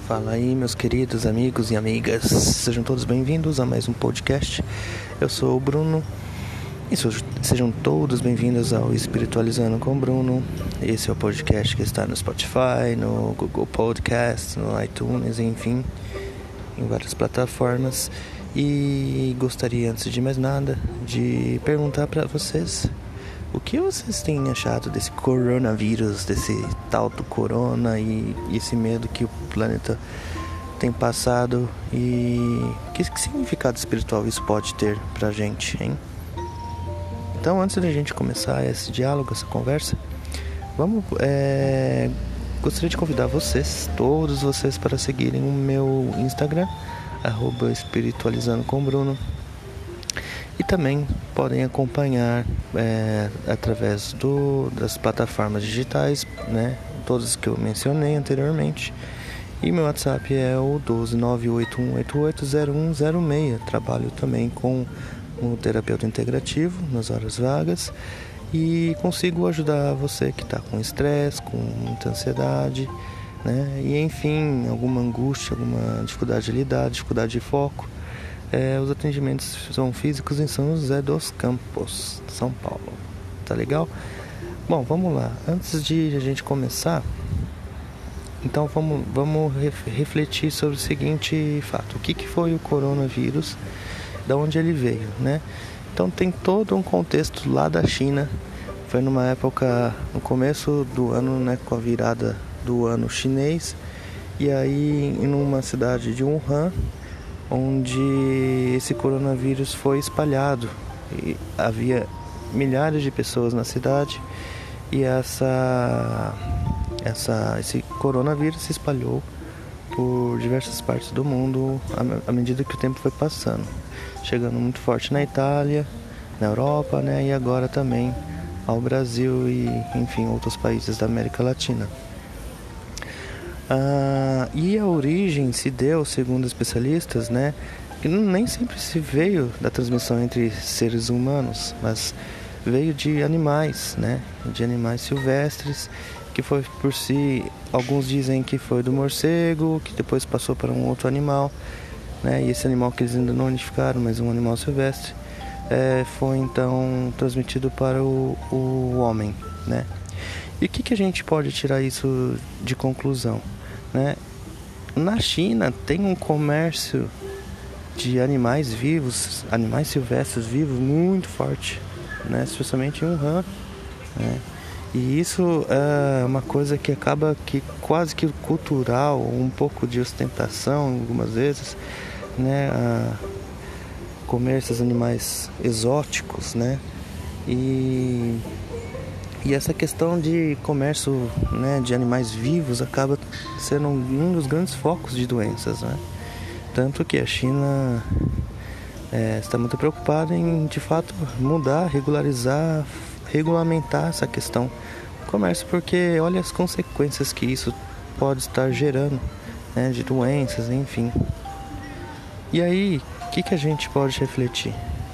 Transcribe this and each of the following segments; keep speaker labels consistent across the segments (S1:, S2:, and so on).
S1: Fala aí, meus queridos amigos e amigas, sejam todos bem-vindos a mais um podcast. Eu sou o Bruno e sejam todos bem-vindos ao Espiritualizando com Bruno. Esse é o podcast que está no Spotify, no Google Podcast, no iTunes, enfim, em várias plataformas. E gostaria, antes de mais nada, de perguntar para vocês: o que vocês têm achado desse coronavírus, desse tal do corona e esse medo que o planeta tem passado? E que significado espiritual isso pode ter pra gente, hein? Então, antes da gente começar esse diálogo, essa conversa, gostaria de convidar todos vocês, para seguirem o meu Instagram, @espiritualizandocom_bruno. E também podem acompanhar através das plataformas digitais, né? Todas que eu mencionei anteriormente. E meu WhatsApp é o 12981880106. Trabalho também com um terapeuta integrativo nas horas vagas e consigo ajudar você que está com estresse, com muita ansiedade, né? E enfim, alguma angústia, alguma dificuldade de lidar, dificuldade de foco. Os atendimentos são físicos em São José dos Campos, São Paulo. Tá legal? Bom, vamos lá. Antes de a gente começar, então vamos refletir sobre o seguinte fato. O que foi o coronavírus? Da onde ele veio, né? Então tem todo um contexto lá da China. Foi numa época, no começo do ano, né, com a virada do ano chinês. E aí, em uma cidade de Wuhan, onde esse coronavírus foi espalhado. E havia milhares de pessoas na cidade e esse coronavírus se espalhou por diversas partes do mundo à medida que o tempo foi passando, chegando muito forte na Itália, na Europa, né, e agora também ao Brasil e, enfim, outros países da América Latina. E a origem se deu, segundo especialistas, né, que nem sempre se veio da transmissão entre seres humanos, mas veio de animais, né, de animais silvestres, que foi por si, alguns dizem que foi do morcego, que depois passou para um outro animal, né, e esse animal que eles ainda não identificaram, mas um animal silvestre, foi então transmitido para o homem, né. E o que a gente pode tirar isso de conclusão, né? Na China tem um comércio de animais vivos, animais silvestres vivos, muito forte, né? Especialmente em Wuhan, né? E isso é uma coisa que acaba que quase que cultural, um pouco de ostentação algumas vezes, né? Comer esses animais exóticos, né? E essa questão de comércio, né, de animais vivos acaba sendo um dos grandes focos de doenças, né? Tanto que a China está muito preocupada em, de fato, mudar, regularizar, regulamentar essa questão do comércio, porque olha as consequências que isso pode estar gerando, né, de doenças, enfim. E aí, o que a gente pode refletir?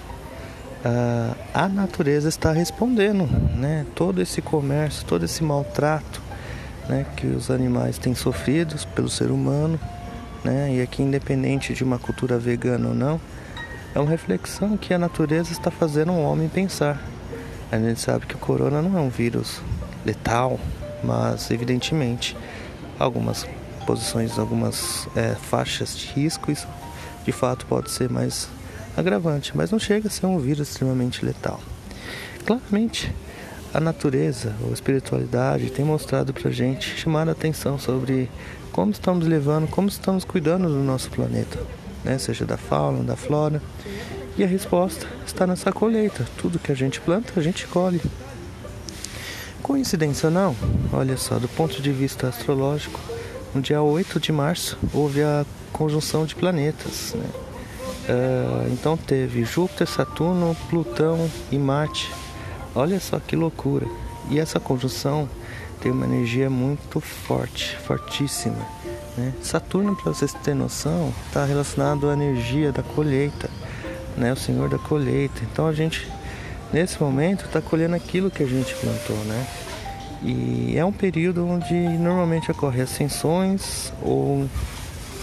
S1: A natureza está respondendo, né? Todo esse comércio, todo esse maltrato, né, que os animais têm sofrido pelo ser humano, né? E aqui, independente de uma cultura vegana ou não, é uma reflexão que a natureza está fazendo o homem pensar. A gente sabe que o corona não é um vírus letal, mas evidentemente algumas posições, algumas faixas de risco, isso de fato pode ser mais agravante, mas não chega a ser um vírus extremamente letal. Claramente, a natureza ou a espiritualidade tem mostrado pra gente, chamado a atenção sobre como estamos levando, como estamos cuidando do nosso planeta, né? Seja da fauna, da flora. E a resposta está nessa colheita. Tudo que a gente planta, a gente colhe. Coincidência não? Olha só, do ponto de vista astrológico, no dia 8 de março houve a conjunção de planetas, né? Então teve Júpiter, Saturno, Plutão e Marte. Olha só que loucura. E essa conjunção tem uma energia muito forte, fortíssima, né? Saturno, para vocês terem noção, está relacionado à energia da colheita, né? O senhor da colheita. Então a gente, nesse momento, está colhendo aquilo que a gente plantou, né? E é um período onde normalmente ocorrem ascensões ou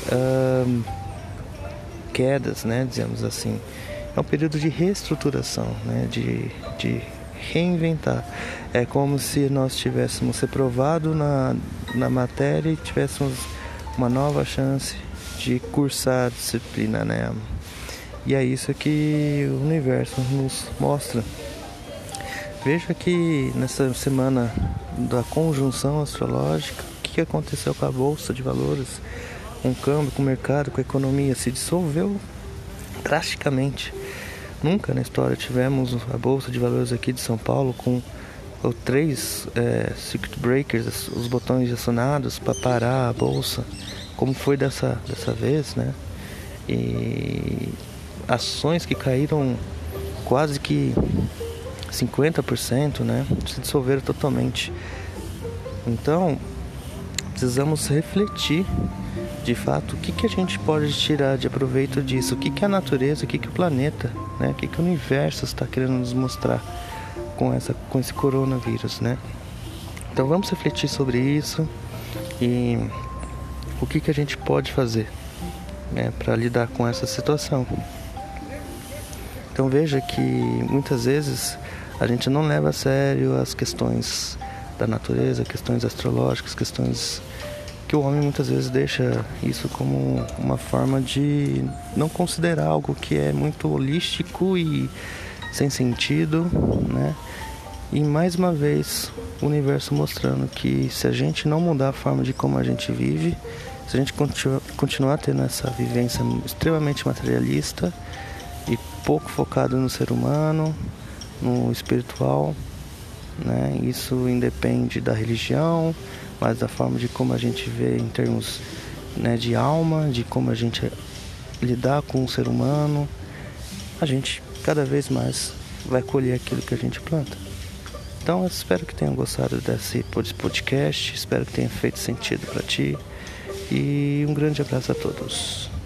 S1: quedas, né, dizemos assim. É um período de reestruturação, né, de reinventar. É como se nós tivéssemos reprovado na matéria e tivéssemos uma nova chance de cursar a disciplina, né? E é isso que o universo nos mostra. Veja que nessa semana da conjunção astrológica, o que aconteceu com a Bolsa de Valores, com o câmbio, com o mercado, com a economia? Se dissolveu drasticamente. Nunca na história tivemos a Bolsa de Valores aqui de São Paulo com 3 circuit breakers, os botões acionados para parar a Bolsa, como foi dessa vez, né? E ações que caíram quase que 50%, né? Se dissolveram totalmente. Então, precisamos refletir de fato o que a gente pode tirar de aproveito disso, o que a natureza, o que o planeta, né? O que o universo está querendo nos mostrar com esse coronavírus, né? Então vamos refletir sobre isso e o que a gente pode fazer, né, para lidar com essa situação. Então veja que muitas vezes a gente não leva a sério as questões da natureza, questões astrológicas, questões que o homem muitas vezes deixa isso como uma forma de não considerar algo que é muito holístico e sem sentido, né? E mais uma vez o universo mostrando que se a gente não mudar a forma de como a gente vive, se a gente continuar tendo essa vivência extremamente materialista e pouco focado no ser humano, no espiritual, né? Isso independe da religião, mas da forma de como a gente vê em termos, né, de alma, de como a gente lidar com o ser humano, a gente cada vez mais vai colher aquilo que a gente planta. Então eu espero que tenham gostado desse podcast, espero que tenha feito sentido para ti e um grande abraço a todos.